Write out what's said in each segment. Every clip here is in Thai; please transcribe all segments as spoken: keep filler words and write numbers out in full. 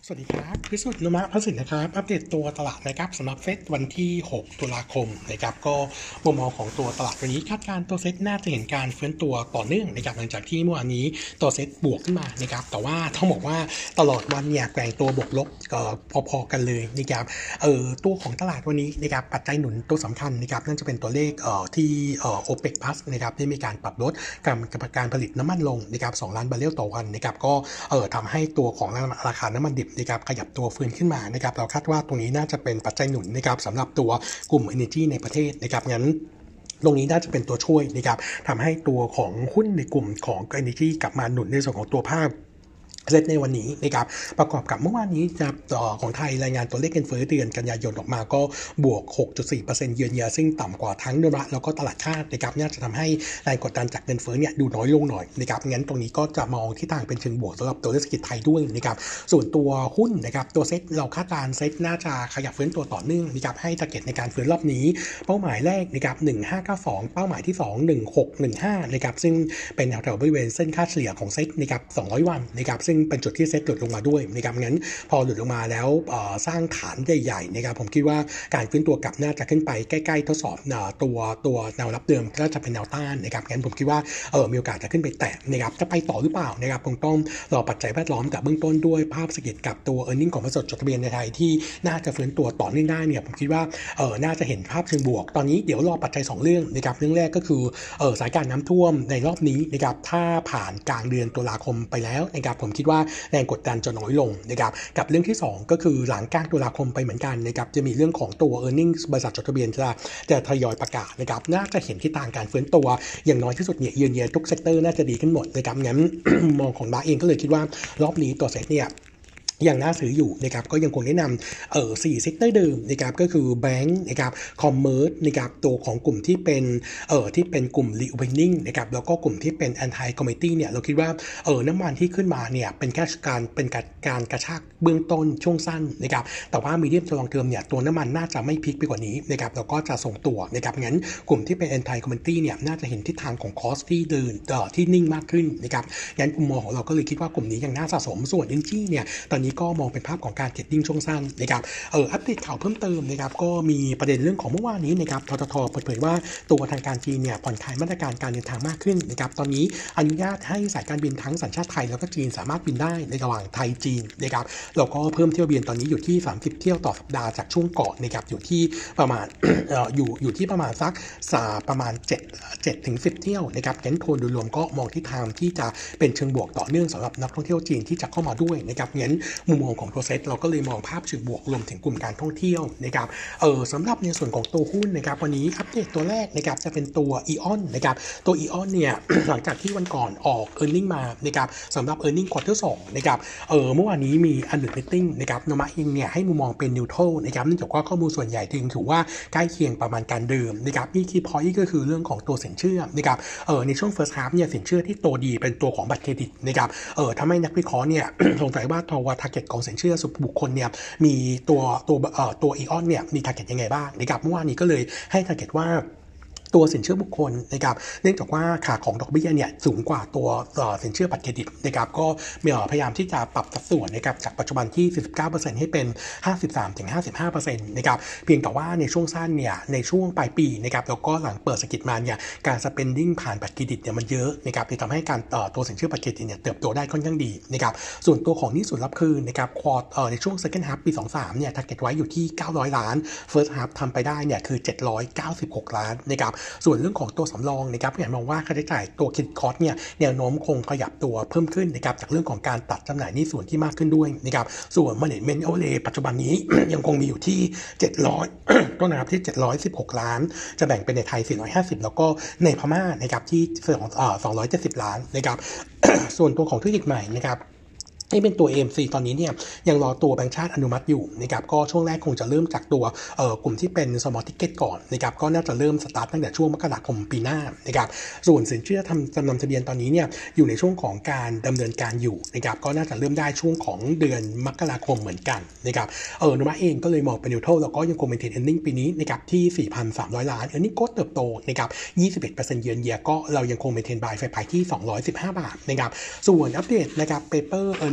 สวัสดีครับพิสุทธิ์นุมะพระสินนะครับอัปเดตตัวตลาดนะครับสำหรับเซตวันที่หกตุลาคมนะครับก็มุมมองของตัวตลาดวันนี้คาดการตัวเซตน่าจะเห็นการฟื้นตัวต่อเนื่องนะครับหลังจากที่เมื่อวานนี้ตัวเซตบวกขึ้นมานะครับแต่ว่าต้องบอกว่าตลอดวันเนี่ยแกว่งตัวบวกลบก็พอๆกันเลยนะครับเอ่อตัวของตลาดวันนี้นะครับปัจจัยหนุนตัวสำคัญนะครับนั่นจะเป็นตัวเลขเอ่อที่เอ่อ โอเปก Plus นะครับที่มีการปรับลดการการผลิตน้ำมันลงนะครับสองล้านบาร์เรลต่อวันนะครับก็เอ่อทำให้ตัวของราคาน้ำมันดิบนะครับขยับตัวฟื้นขึ้นมานะครับเราคาดว่าตรงนี้น่าจะเป็นปัจจัยหนุนนะครับสำหรับตัวกลุ่ม Energy ในประเทศนะครับงั้นตรงนี้น่าจะเป็นตัวช่วยนะครับทำให้ตัวของหุ้นในกลุ่มของ Energy กลับมาหนุนในส่วนของตัวภาพเซตในวันนี้นะครับประกอบกับเมื่อวานนี้จะของไทยรายงานตัวเลขเงินเฟ้อเดือนกันยายนออกมาก็บวก หกจุดสี่เปอร์เซ็นต์ เยือนเยียซึ่งต่ำกว่าทั้งโดระแล้วก็ตลาดคาดนะครับน่าจะทำให้แรงกดดันจากเงินเฟ้อเนี่ยดูน้อยลงหน่อยนะครับงั้นตรงนี้ก็จะมองที่ทางเป็นเชิงบวกสำหรับตัวเศรษฐกิจไทยด้วยนะครับส่วนตัวหุ้นนะครับตัวเซตเราคาดการเซตน่าจะขยับฟื้นตัวต่อเนื่องนะครับให้ target ในการฟื้นรอบนี้เป้าหมายแรกนะครับหนึ่งพันห้าร้อยเก้าสิบสองเป้าหมายที่สอง หนึ่งพันหกร้อยสิบห้านะครับซึ่งเป็นแถวๆบริเวณเส้นค่าเฉลี่ยของเซตนะครับสองร้อยวันนะครับซึ่งเป็นจุดที่เซตหลุดลงมาด้วยนะครับงั้นพอหลุดลงมาแล้วสร้างฐานใหญ่ๆนะครับผมคิดว่าการฟื้นตัวกลับน่าจะขึ้นไปใกล้ๆทดสอบตัวตัวแนวรับเดิมก็จะเป็นแนวต้านนะครับงั้นผมคิดว่าเออมีโอกาสจะขึ้นไปแตะนะครับจะไปต่อหรือเปล่านะครับคงต้องรอปัจจัยแวดล้อมกับเบื้องต้นด้วยภาพเศรษฐกิจกับตัว earning ของบริษัทจดทะเบียนในไทยที่น่าจะฟื้นตัวต่อเนื่องได้เนี่ยผมคิดว่าเออน่าจะเห็นภาพเชิงบวกตอนนี้เดี๋ยวรอปัจจัยสองเรื่องนะครับเรื่องแรกก็คือเออสถานการณ์น้ำท่วมในรอบนี้นะครับถ้าผ่านกลางเดือนตุลาคมไปแล้วนะครับผมคิดว่าแรงกดดันจะน้อยลงนะครับกับเรื่องที่สองก็คือหลังกลางตุลาคมไปเหมือนกันนะครับจะมีเรื่องของตัว earnings บริษัทจดทะเบียนจะจะทยอยประกาศนะครับน่าจะเห็นทิศทางการฟื้นตัวอย่างน้อยที่สุดเนี่ยเยือนเยียทุกเซกเตอร์น่าจะดีขึ้นหมดนะครับงั้น มองของบ้าเองก็เลยคิดว่ารอบนี้ตัวเซตเนี่ยยังน่าซื้ออยู่นะครับก็ยังคงแนะนำเอ่อสี่เซกเตอร์เดิมนะครับก็คือแบงค์นะครับคอมเมอร์สนะครับตัวของกลุ่มที่เป็นเอ่อที่เป็นกลุ่ม reopening นะครับแล้วก็กลุ่มที่เป็น anti commodity เนี่ยเราคิดว่าเอ่อน้ำมันที่ขึ้นมาเนี่ยเป็นแค่การเป็นการการกระชากเบื้องต้นช่วงสั้นนะครับแต่ว่ามีเดียม to long term เนี่ยตัวน้ำมันน่าจะไม่พลิกไปกว่านี้นะครับแล้วก็จะส่งตัวนะครับงั้นกลุ่มที่เป็น anti commodity เนี่ยน่าจะเห็นทิศทางของ cost ที่เดินเอ่อที่นิ่งมากขึ้นนะครับงั้นมุมมองของเราก็เลยคิดว่ากลุ่มนี้ยังน่าสะสมส่วน energy เนี่ยตอนนี้ก็มองเป็นภาพของการเทรดดิ้งช่วงสั้นนะครับเอออัปเดตข่าวเพิ่มเติมนะครับก็มีประเด็นเรื่องของเมื่อวานนี้นะครับทททเปิดเผยว่าตัวทางการจีนเนี่ยผ่อนคลายมาตรการการเดินทางมากขึ้นนะครับตอนนี้อนุญาตให้สายการบินทั้งสัญชาติไทยแล้วก็จีนสามารถบินได้ในระหว่างไทยจีนนะครับแล้วก็เพิ่มเที่ยวบินตอนนี้อยู่ที่สามสิบเที่ยวต่อสัปดาห์จากช่วงก่อนนะครับอยู่ที่ประมาณ เอ่ออยู่อยู่ที่ประมาณสักประมาณ7 7ถึงสิบเที่ยวนะครับงั้นโทนโดยรวมก็มองที่ทางที่จะเป็นเชิงบวกต่อเนื่องสำหรับนักท่องเที่ยวจีนที่จะเข้ามาด้วยนะครับงั้นมุมมองของโปรเซสเราก็เลยมองภาพเชิงบวกรวมถึงกลุ่มการท่องเที่ยวนะครับเออสำหรับในส่วนของตัวหุ้นนะครับวันนี้อัปเดตตัวแรกนะครับจะเป็นตัว อี ออน นะครับตัว อี ออน เนี่ย หลังจากที่วันก่อนออก earning มานะครับสำหรับ earning quarter สองนะครับเออเมื่อวานนี้มี under meeting นะครับโนมะเองเนี่ยให้มุมมองเป็น neutral นะครับเนื่องจากว่าข้อมูลส่วนใหญ่ถึงถือว่าใกล้เคียงประมาณการเดิมนะครับมี key point ก็คือเรื่องของตัวสินเชื่อนะครับเออในช่วง first half เนี่ยสินเชื่อที่โตดีเป็นตัวของบัตรเครดิตนะครับเออทำให้นักวิเคราะห์เนี่ย สงสัยว่าตัว target ของสินเชื่อบุคคลเนี่ยมีตัวตัวเอ่อตัว อี ออน เนี่ยมี target ยังไงบ้างนะครับเมื่อวานนี้ก็เลยให้ target ว่าตัวสินเชื่อบุคคลนะครับเนื่องจากว่าค่าของดอกเบี้ยเนี่ยสูงกว่าตัวสินเชื่อบัตรเครดิตนะครับก็พยายามที่จะปรับสัดส่วนนะครับจากปัจจุบันที่ สี่สิบเก้าเปอร์เซ็นต์ ให้เป็น ห้าสิบสามถึงห้าสิบห้าเปอร์เซ็นต์ นะครับเพียงแต่ว่าในช่วงสั้นเนี่ยในช่วงปลายปีนะครับแล้วก็หลังเปิดเศรษฐกิจมาเนี่ยการ spending ผ่านบัตรเครดิตเนี่ยมันเยอะนะครับที่ทำให้การตัวสินเชื่อบัตรเครดิตเนี่ยเติบโตได้ค่อนข้างดีนะครับส่วนตัวของหนี้สินรับคืนนะครับควอเอ่อในช่วง second half ปีสองพันยี่สิบสามเนี่ย target ไว้อยู่ที่เก้าร้อยล้าน first half ทำไปได้เนี่ยคือเจ็ดร้อยเก้าสิบหกล้านนะครับส่วนเรื่องของตัวสำรองนะครับเนี่ยมองว่าค่าใช้จ่ายตัวคิดคอสเนี่ยแนวโน้มคงขยับตัวเพิ่มขึ้นนะครับจากเรื่องของการตัดจำหน่ายหนี้ส่วนที่มากขึ้นด้วยนะครับส่วน management overlay ปัจจุบันนี้ ยังคงมีอยู่ที่เจ็ดร้อย ต้นนะครับที่เจ็ดร้อยสิบหกล้านจะแบ่งเป็นในไทยสี่ร้อยห้าสิบแล้วก็ในพม่านะครับที่สองร้อยเจ็ดสิบล้านนะครับ ส่วนตัวของธุรกิจใหม่นะครับที่เป็นตัว เอ เอ็ม ซี ตอนนี้เนี่ยยังรอตัวแบงก์ชาติอนุมัติอยู่นะครับก็ช่วงแรกคงจะเริ่มจากตัวเอ่อกลุ่มที่เป็น small ticket ก่อนนะครับก็น่าจะเริ่มสตาร์ทตั้งแต่ช่วงมกราคมปีหน้านะครับส่วนสินเชื่อทำจำนำทะเบียนตอนนี้เนี่ยอยู่ในช่วงของการดำเนินการอยู่นะครับก็น่าจะเริ่มได้ช่วงของเดือนมกราคมเหมือนกันนะครับเออนุมะเองก็เลยมองเป็น neutral แล้วก็ยังคง maintain earning ปีนี้นะครับที่ สี่พันสามร้อย ล้าน earning growth เติบโตนะครับ ยี่สิบเอ็ดเปอร์เซ็นต์ เยือนเยียก็เรายังคง maintain buy ไฟที่สองร้อยสิบห้าบาทนะครับส่วนอัปเดตนะครับ paper earning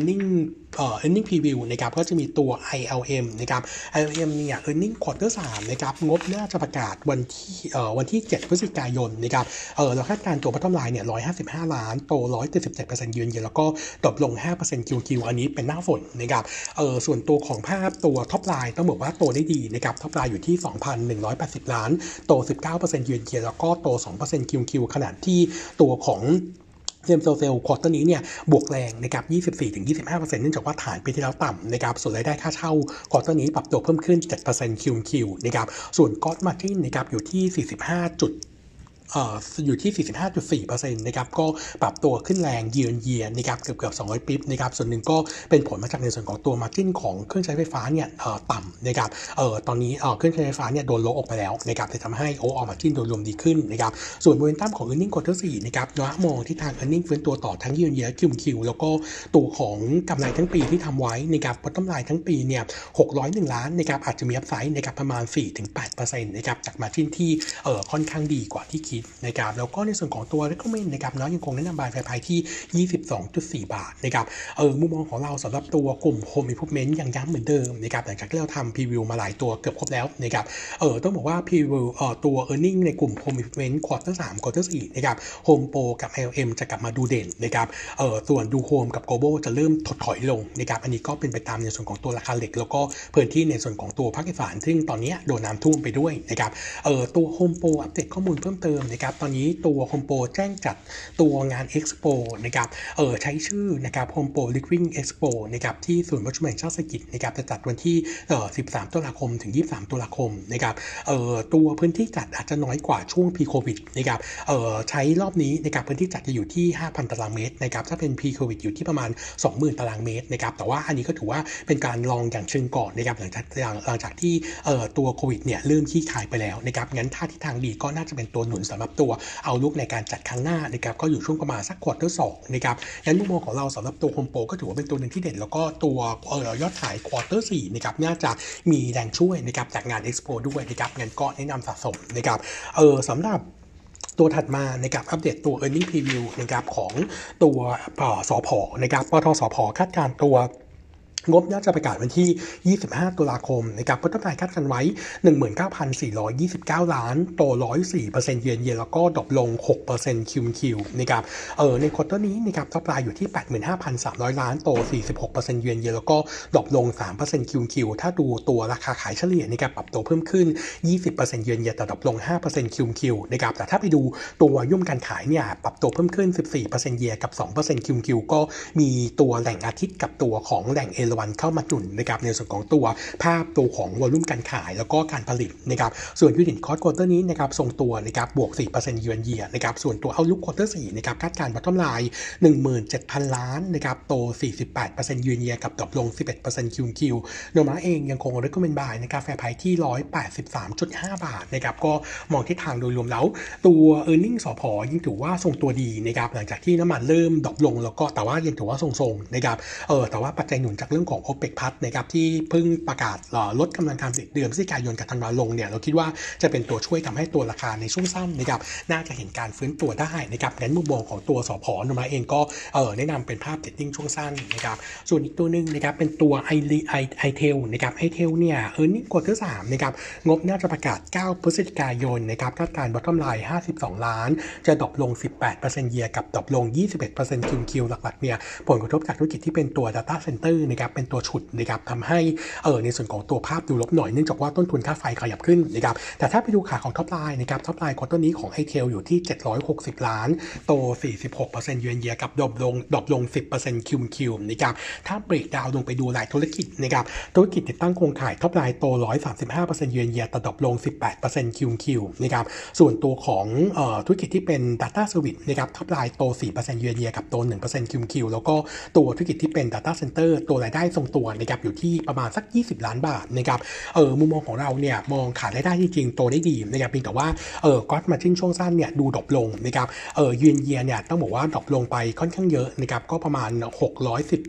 earning เอ่อ earning preview นะครับก็จะมีตัว ไอ แอล เอ็ม นะครับ ไอ แอล เอ็ม เนี่ย earning quarter สามนะครับงบน่าจะประกาศวันที่เอ่อวันที่เจ็ดพฤศจิกายนนะครับเออเราคาดการณ์ตัว bottom line เนี่ยหนึ่งร้อยห้าสิบห้าล้านโต หนึ่งร้อยเจ็ดสิบเจ็ดเปอร์เซ็นต์ ยืนยันแล้วก็ดรอปลง ห้าเปอร์เซ็นต์ คิว คิว อันนี้เป็นหน้าฝนนะครับเออส่วนตัวของภาพตัว top line ต้องบอกว่าโตได้ดีนะครับ top line อยู่ที่ สองพันหนึ่งร้อยแปดสิบ ล้านโต สิบเก้าเปอร์เซ็นต์ ยืนยันแล้วก็โต สองเปอร์เซ็นต์ คิว คิว ขณะที่ตัวของเซมโซเซลควอเตอร์นี้เนี่ยบวกแรงนะครับ ยี่สิบสี่ถึงยี่สิบห้าเปอร์เซ็นต์ เนื่องจากว่าฐานปีที่แล้วต่ำนะครับส่วนรายได้ค่าเช่าควอเตอร์นี้ปรับตัวเพิ่มขึ้น เจ็ดเปอร์เซ็นต์ คิว คิว นะครับส่วนก๊อตมาร์จิ้นนะครับอยู่ที่ สี่สิบห้า จุดเอ่ออยู่ที่ สี่สิบห้าจุดสี่เปอร์เซ็นต์ นะครับก็ปรับตัวขึ้นแรงเยือนเยียนะครับเกือบเกือบสองร้อยปิ๊บนะครับส่วนหนึ่งก็เป็นผลมาจากในส่วนของตัว margin ของเครื่องใช้ไฟฟ้าเนี่ยเอ่อต่ำนะครับเอ่อตอนนี้เอ่อเครื่องใช้ไฟฟ้าเนี่ยโดนลดออกไปแล้วนะครับจะทำให้ overall margin โดยรวมดีขึ้นนะครับส่วน momentum ของ earning quarter สี่นะครับเรามองที่ทาง earning ฟื้นตัวต่อทั้งเยือนเยียคิวคิวแล้วก็ตัวของกำไรทั้งปีที่ทำไว้นะครับ bottom line ทั้งปีเนี่ยหกร้อยเอ็ดล้านนะครับอาจจะมี upside นะครับประมาณ สี่ถึงแปดเปอร์เซ็นต์ นะครับจาก margin ที่เอ่อค่อนข้างดีกว่าที่คิดนะครับแล้วก็ในส่วนของตัว recommend นะครับเนาะยังคงแนะนำ buy ไฟที่ ยี่สิบสองจุดสี่ บาทนะครับเออมุมมองของเราสำหรับตัวกลุ่ม home improvement ยังย้ำเหมือนเดิมนะครับหลังจากที่เราทำ preview มาหลายตัวเกือบครบแล้วนะครับเออต้องบอกว่า preview เอ่อตัว earning ในกลุ่ม home improvement quarter สาม quarter สี่นะครับ home pro กับ ไอ แอล เอ็ม จะกลับมาดูเด่นนะครับเออส่วนดู home กับ global จะเริ่มถดถอยลงนะครับอันนี้ก็เป็นไปตามในส่วนของตัวราคาเหล็กแล้วก็พื้นที่ในส่วนของตัวภาคอีสานซึ่งตอนนี้โดนน้ำท่วมไปด้วยนะครับเออตัว home pro อัปเดตข้อมูลเพิ่มเติมนะครับตอนนี้ตัว home pro แจ้งจัดตัวงาน Expo นะครับเออใช้ชื่อนะครับ Home Pro Living Expo นะครับที่ศูนย์ประชุมแห่งชาติเศรษฐกิจนะครับจะจัดวันที่เอ่อสิบสามตุลาคมถึงยี่สิบสามตุลาคมนะครับเอ่อตัวพื้นที่จัดอาจจะน้อยกว่าช่วง pre covid นะครับเอ่อใช้รอบนี้นะครับพื้นที่จัดจะอยู่ที่ ห้าพัน ตารางเมตรนะครับถ้าเป็น pre covid อยู่ที่ประมาณ สองหมื่น ตารางเมตรนะครับแต่ว่าอันนี้ก็ถือว่าเป็นการลองอย่างเชิงก่อนนะครับหลังจากหลังจากที่เอ่อตัวโควิดเนี่ยเริ่มคลี่คลายไปแล้วนะครับงั้นท่าที่ทางดีก็น่าจะเป็นตัวหนุนสำหรับตัวเอาลุกในการจัดครั้งหน้านะครับก็อยู่ช่วงประมาณสักควอเตอร์สองนะครับงั้นมุมมองของเราสำหรับตัวโฮมโปรก็ถือว่าเป็นตัวหนึ่งที่เด่นแล้วก็ตัวเอ่อยอดขายควอเตอร์สี่นะครับน่าจะมีแรงช่วยนะครับจากงาน Expo ด้วยนะครับงั้นก็แนะนำสะสมนะครับเออสำหรับตัวถัดมานะครับอัปเดตตัว earning preview นะครับของตัวสผนะครับปทสผคาดการณ์ตัวงบน่าจะประกาศวันที่ยี่สิบห้าตุลาคมนะครับผลตอบแทนคาดกันไว้ หนึ่งหมื่นเก้าพันสี่ร้อยยี่สิบเก้า ล้านโต หนึ่งร้อยสี่เปอร์เซ็นต์ เยือนเยียแล้วก็ดรอปลง หกเปอร์เซ็นต์ คิว คิว นะครับเออในควอเตอร์นี้นะครับท็อปไลน์อยู่ที่ แปดหมื่นห้าพันสามร้อย ล้านโต สี่สิบหกเปอร์เซ็นต์ เยือนเยียแล้วก็ดรอปลง สามเปอร์เซ็นต์ คิว คิว ถ้าดูตัวราคาขายเฉลี่ยนะครับปรับตัวเพิ่มขึ้น ยี่สิบเปอร์เซ็นต์ เยือนเยียแต่ดรอปลง ห้าเปอร์เซ็นต์ คิว คิว นะครับแต่ถ้าไปดูตัวยุ่มการขายเนี่ยปรับตัวเพิ่มขึ้น สิบสี่เปอร์เซ็นต์ เยียกับ สองเปอร์เซ็นต์ คิว คิว ก็มีตัวแหล่งอาทิตย์กับตัวของแหล่งเอราวัณเข้ามาจุนนะครับในส่วนของตัวภาพตัวของวอลุ่มการขายแล้วก็การผลิตนะครับส่วนยูนิตคอสควอเตอร์นี้นะครับทรงตัวนะครับบวก สี่เปอร์เซ็นต์ เยือนเยียนะครับส่วนตัวเอาลุกควอเตอร์สี่นะครับคาดการณ์บอททอมไลน์ หนึ่งหมื่นเจ็ดพัน ล้านนะครับโต สี่สิบแปดเปอร์เซ็นต์ เยือนเยียกับดรอปลง สิบเอ็ดเปอร์เซ็นต์ คิว คิว โนมาเองยังคง recommend buy นะครับแฟร์ไพรซ์ที่ หนึ่งร้อยแปดสิบสามจุดห้า บาทนะครับก็มองทิศทางโดยรวมแล้วตัว earning สผยังถือว่าทรงตัวดีนะครับหลังจากที่น้ำมันเริ่มดรอปลงแล้วก็แต่ว่ายังถือว่าทรงๆนะครับเออแต่ว่าปัจจัยหนุนจากเรื่องของ OPEC Plus นะครับที่เพิ่งประกาศลดกำลังการผลิตเดือนพฤศจิกายนกับธันวาลงเนี่ยเราคิดว่าจะเป็นตัวช่วยทำให้ตัวราคาในช่วงสั้นนะครับน่าจะเห็นการฟื้นตัวได้นะครับงั้นมุมมองของตัวสผนมาเองก็เออแนะนำเป็นภาพเทรดดิ้งช่วงสั้นนะครับส่วนอีกตัวหนึ่งนะครับเป็นตัวไอไอไอเทลนะครับไอเทลเนี่ยเออร์เน็งควอเตอร์สามนะครับงบน่าจะประกาศเก้าพฤศจิกายนนะครับคาดการณ์ bottom line ห้าสิบสองล้านจะดรอปลง สิบแปดเปอร์เซ็นต์ เยียร์กับดรอปลง ยี่สิบเอ็ดเปอร์เซ็นต์ คิว คิว หลักๆเนี่ยผลกระทบจากธุรกิจที่เป็นตัว data center นะครับเป็นตัวฉุดนะครับทำให้เออในส่วนของตัวภาพดูลบหน่อยเนื่องจากว่าต้นทุนค่าไฟขยับขึ้นนะครับแต่ถ้าไปดูขาของท็อปไลน์นะครับท็อปไลน์ควอเตอร์นี้ของไอเทลอยู่ที่เจ็ดร้อยหกสิบล้านโต สี่สิบหกเปอร์เซ็นต์ เยือนเยียกับดรอปลงดรอปลง สิบเปอร์เซ็นต์ คิว คิว นะครับถ้าเบรกดาวน์ลงไปดูรายธุรกิจนะครับธุรกิจติดตั้งโครงข่ายท็อปไลน์โต หนึ่งร้อยสามสิบห้าเปอร์เซ็นต์ เยือนเยียแต่ดรอปลง สิบแปดเปอร์เซ็นต์ คิว คิว นะครับส่วนตัวของเอ่อธุรกิจที่เป็น Data Service นะครับท็อปไลน์โต สี่เปอร์เซ็นต์ เยือนเยียกับโต หนึ่งเปอร์เซ็นต์ คิว คิว แล้วก็ตัวธุรกิจที่เป็น Data Center ตัวรายได้ทรงตัวนะครับอยู่ที่ประมาณสักยี่สิบล้านบาทนะครับเออมุมมองของเราเนี่ยมองขายรายได้จริงๆโตได้ดีนะครับเพียงแต่ว่าเออก๊อตมาชิ้นช่วงสั้นเนี่ยดูดรอปลงนะครับเออเยือนเยียเนี่ยต้องบอกว่าดรอปลงไปค่อนข้างเยอะนะครับก็ประมาณหกร้อยสิบปิ๊บ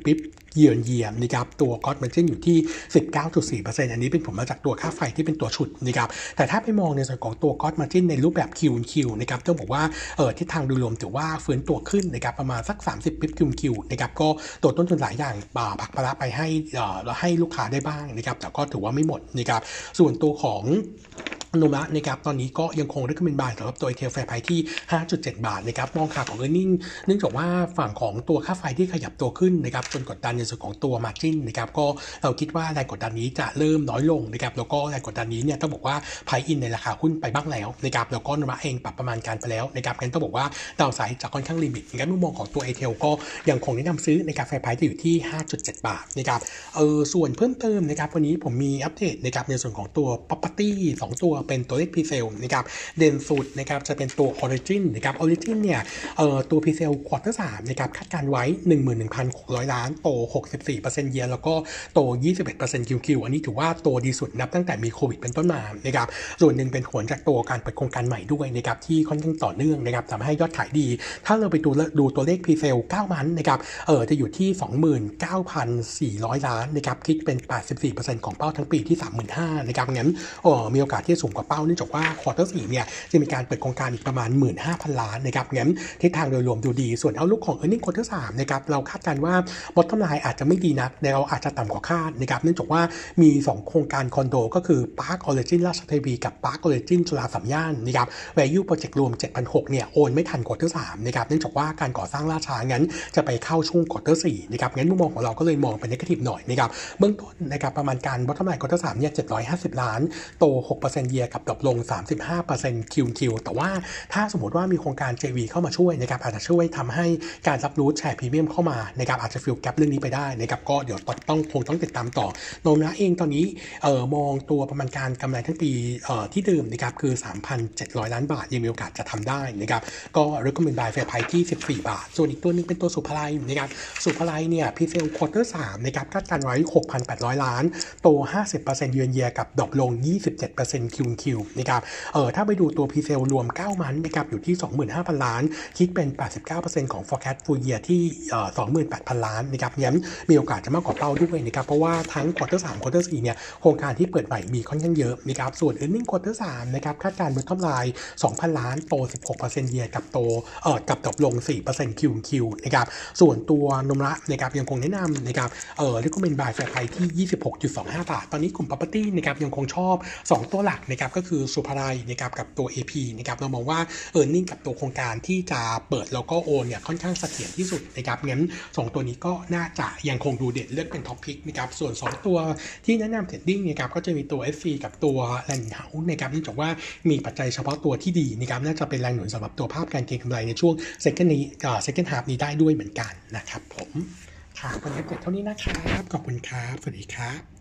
เยือนเยียมนะครับตัวก๊อตมาร์จิ้นอยู่ที่ สิบเก้าจุดสี่เปอร์เซ็นต์ อันนี้เป็นผลมาจากตัวค่าไฟที่เป็นตัวฉุดนะครับแต่ถ้าไปมองในส่วนของตัวก๊อตมาร์จิ้นในรูปแบบ Q on Q นะครับต้องบอกว่าเออทิศทางโดยรวมถือว่าฟื้นตัวขึ้นนะครับประมาณสักสามสิบปิป Q on Q นะครับก็ตัวต้นทุนหลายอย่างผลักภาระไปให้เอ่อแล้วให้ลูกค้าได้บ้างนะครับแต่ก็ถือว่าไม่หมดนะครับส่วนตัวของโนมะนะครับตอนนี้ก็ยังคง recommend buy สำหรับตัว Intel Fair Price ที่ ห้าจุดเจ็ด บาทนะครับมองขาของ earning เนื่องจากว่าฝั่งของตัวค่าไฟที่ขยับตัวขึ้นนะครับจนกดดันในส่วนของตัว margin นะครับก็เราคิดว่าแรงกดดันนี้จะเริ่มน้อยลงนะครับแล้วก็แรงกดดันนี้เนี่ยต้องบอกว่า price in ในราคาหุ้นไปบ้างแล้วนะครับแล้วก็โนมะเองปรับประมาณการไปแล้วนะครับงั้นต้องบอกว่าดาวไซด์จะค่อนข้างลิมิตงั้นมุมมองของตัว Intel ก็ยังคงแนะนำซื้อนะครับ Fair Price จะอยู่ที่ ห้าจุดเจ็ด บาทนะครับเออส่วนเพิ่มเติมนะครับวันนี้ผมมีอัปเดตนะครับในส่วนของตัว property สองตัวเป็นตัวเลข Pre-sale นะครับเด่นสุดนะครับจะเป็นตัว Origin นะครับ Origin เนี่ยเอ่อตัว Pre-sale Quarter สามนะครับคาดการไว้ หนึ่งหมื่นหนึ่งพันหกร้อย ล้านโต หกสิบสี่เปอร์เซ็นต์ year แล้วก็โต ยี่สิบเอ็ดเปอร์เซ็นต์ คิว คิว อันนี้ถือว่าโตดีสุดนับตั้งแต่มีโควิดเป็นต้นมานะครับส่วนหนึ่งเป็นผลจากตัวการเปิดโครงการใหม่ด้วยนะครับที่ค่อนข้างต่อเนื่องนะครับทำให้ยอดขายดีถ้าเราไปดูดูตัวเลข Pre-sale เก้ามันนะครับเอ่อจะอยู่ที่ สองหมื่นเก้าพันสี่ร้อย ล้านนะครับคิดเป็น แปดสิบสี่เปอร์เซ็นต์ ของเป้าทั้งปีที่ สามหมื่นห้าพัน นะครับงั้นเอ่อมีโอกาสที่จะสูงกว่าเป้าเนื่องจากว่า Quarter สี่เนี่ยจะมีการเปิดโครงการอีกประมาณ หนึ่งหมื่นห้าพัน ล้านนะครับงั้นทิศทางโดยรวมดูดีส่วนเอาลุกของ earning quarter สามนะครับเราคาดการว่า bottom line อาจจะไม่ดีนักเราอาจจะต่ำกว่าคาดนะครับเนื่องจากว่ามีสองโครงการคอนโดก็คือ Park Origin ราชเทวีกับ Park Origin จุฬาสามย่านนะครับ value project รวม เจ็ดพันหกร้อย เนี่ยโอนไม่ทัน quarter สามนะครับเนื่องจากว่าการก่อสร้างล่าช้างั้นจะไปเข้าช่วง quarter สี่นะครับงั้นมุมมองของเราก็เลยมองเป็น negative หน่อยนะครับเบื้องต้นนะครับประมาณการ bottom line quarter สามเนี่ยเจ็ดร้อยห้าสิบล้านโต หกเปอร์เซ็นต์ year กับดรอปลง สามสิบห้าเปอร์เซ็นต์ Q on Q แต่ว่าถ้าสมมติว่ามีโครงการ เจ วี เข้ามาช่วยนะครับอาจจะช่วยทำให้การรับรู้แชร์พรีเมียมเข้ามานะครับอาจจะฟิลแกปเรื่องนี้ไปได้นะครับก็เดี๋ยวต้องคงต้องติดตามต่อโนมนะเองตอนนี้เอ่อมองตัวประมาณการกำไรทั้งปีเอ่อที่เดิมนะครับคือ สามพันเจ็ดร้อย ล้านบาทยังมีโอกาสจะทำได้นะครับก็ recommend buy fair price ที่ สิบสี่ บาทส่วนอีกตัวนึงเป็นตัวสุภาลัยนะครับสุภาลัยเนี่ย Pre-sale Quarter สามนะครับคาดการไว้ หกพันแปดร้อย ล้านโต ห้าสิบเปอร์เซ็นต์ year on year กับดรอปลง ยี่สิบเจ็ดเปอร์เซ็นต์ Q on Q นะครับเอ่อถ้าไปดูตัว Pre-sale รวมเก้ามันนะครับอยู่ที่ สองหมื่นห้าพัน ล้านคิดเป็น แปดสิบเก้าเปอร์เซ็นต์ ของ forecast full year ที่เอ่อ สองหมื่นแปดพัน ล้านนะครับงั้นมีโอกาสจะมากกว่าเป้าด้วยนะครับเพราะว่าทั้ง Quarter สาม Quarter สี่เนี่ยโครงการที่เปิดใหม่มีค่อนข้างเยอะนะครับส่วน earning Quarter สามนะครับคาดการณ์ bottom line สองพัน ล้านโต สิบหกเปอร์เซ็นต์ year กับโตเอ่อกับดรอปลง สี่เปอร์เซ็นต์ Q on Q นะครับส่วนตัวนมระนะครับยังคงแนะนำนะครับเอ่อ recommend buy fair price ที่ ยี่สิบหกจุดสองห้า บาทตอนนี้กลุ่ม property นะครับยังคงชอบสองตัวหลักนะครับก็คือสุภาลัยนะครับกับตัว เอ พี นะครับเรามองว่า earning กับตัวโครงการที่จะเปิดแล้วก็โอนเนี่ยค่อนข้างเสถียรที่สุดนะครับงั้นสองตัวนี้ก็น่าจะยังคงดูเด่นเลือกเป็นท็อปพิกนะครับส่วนสองตัวที่แนะนำเทรดดิ้งนะครับก็จะมีตัว เอฟ ซี กับตัว Land House นะครับเนื่องจากว่ามีปัจจัยเฉพาะตัวที่ดีนะครับน่าจะเป็นแรงหนุนสำหรับตัวภาพการเก็งกำไรในช่วง second นี้เอ่อ second half นี้ได้ด้วยเหมือนกันนะครับผมค่ะวันนี้เสร็จเท่านี้นะครับขอบคุณครับสวัสดีครับ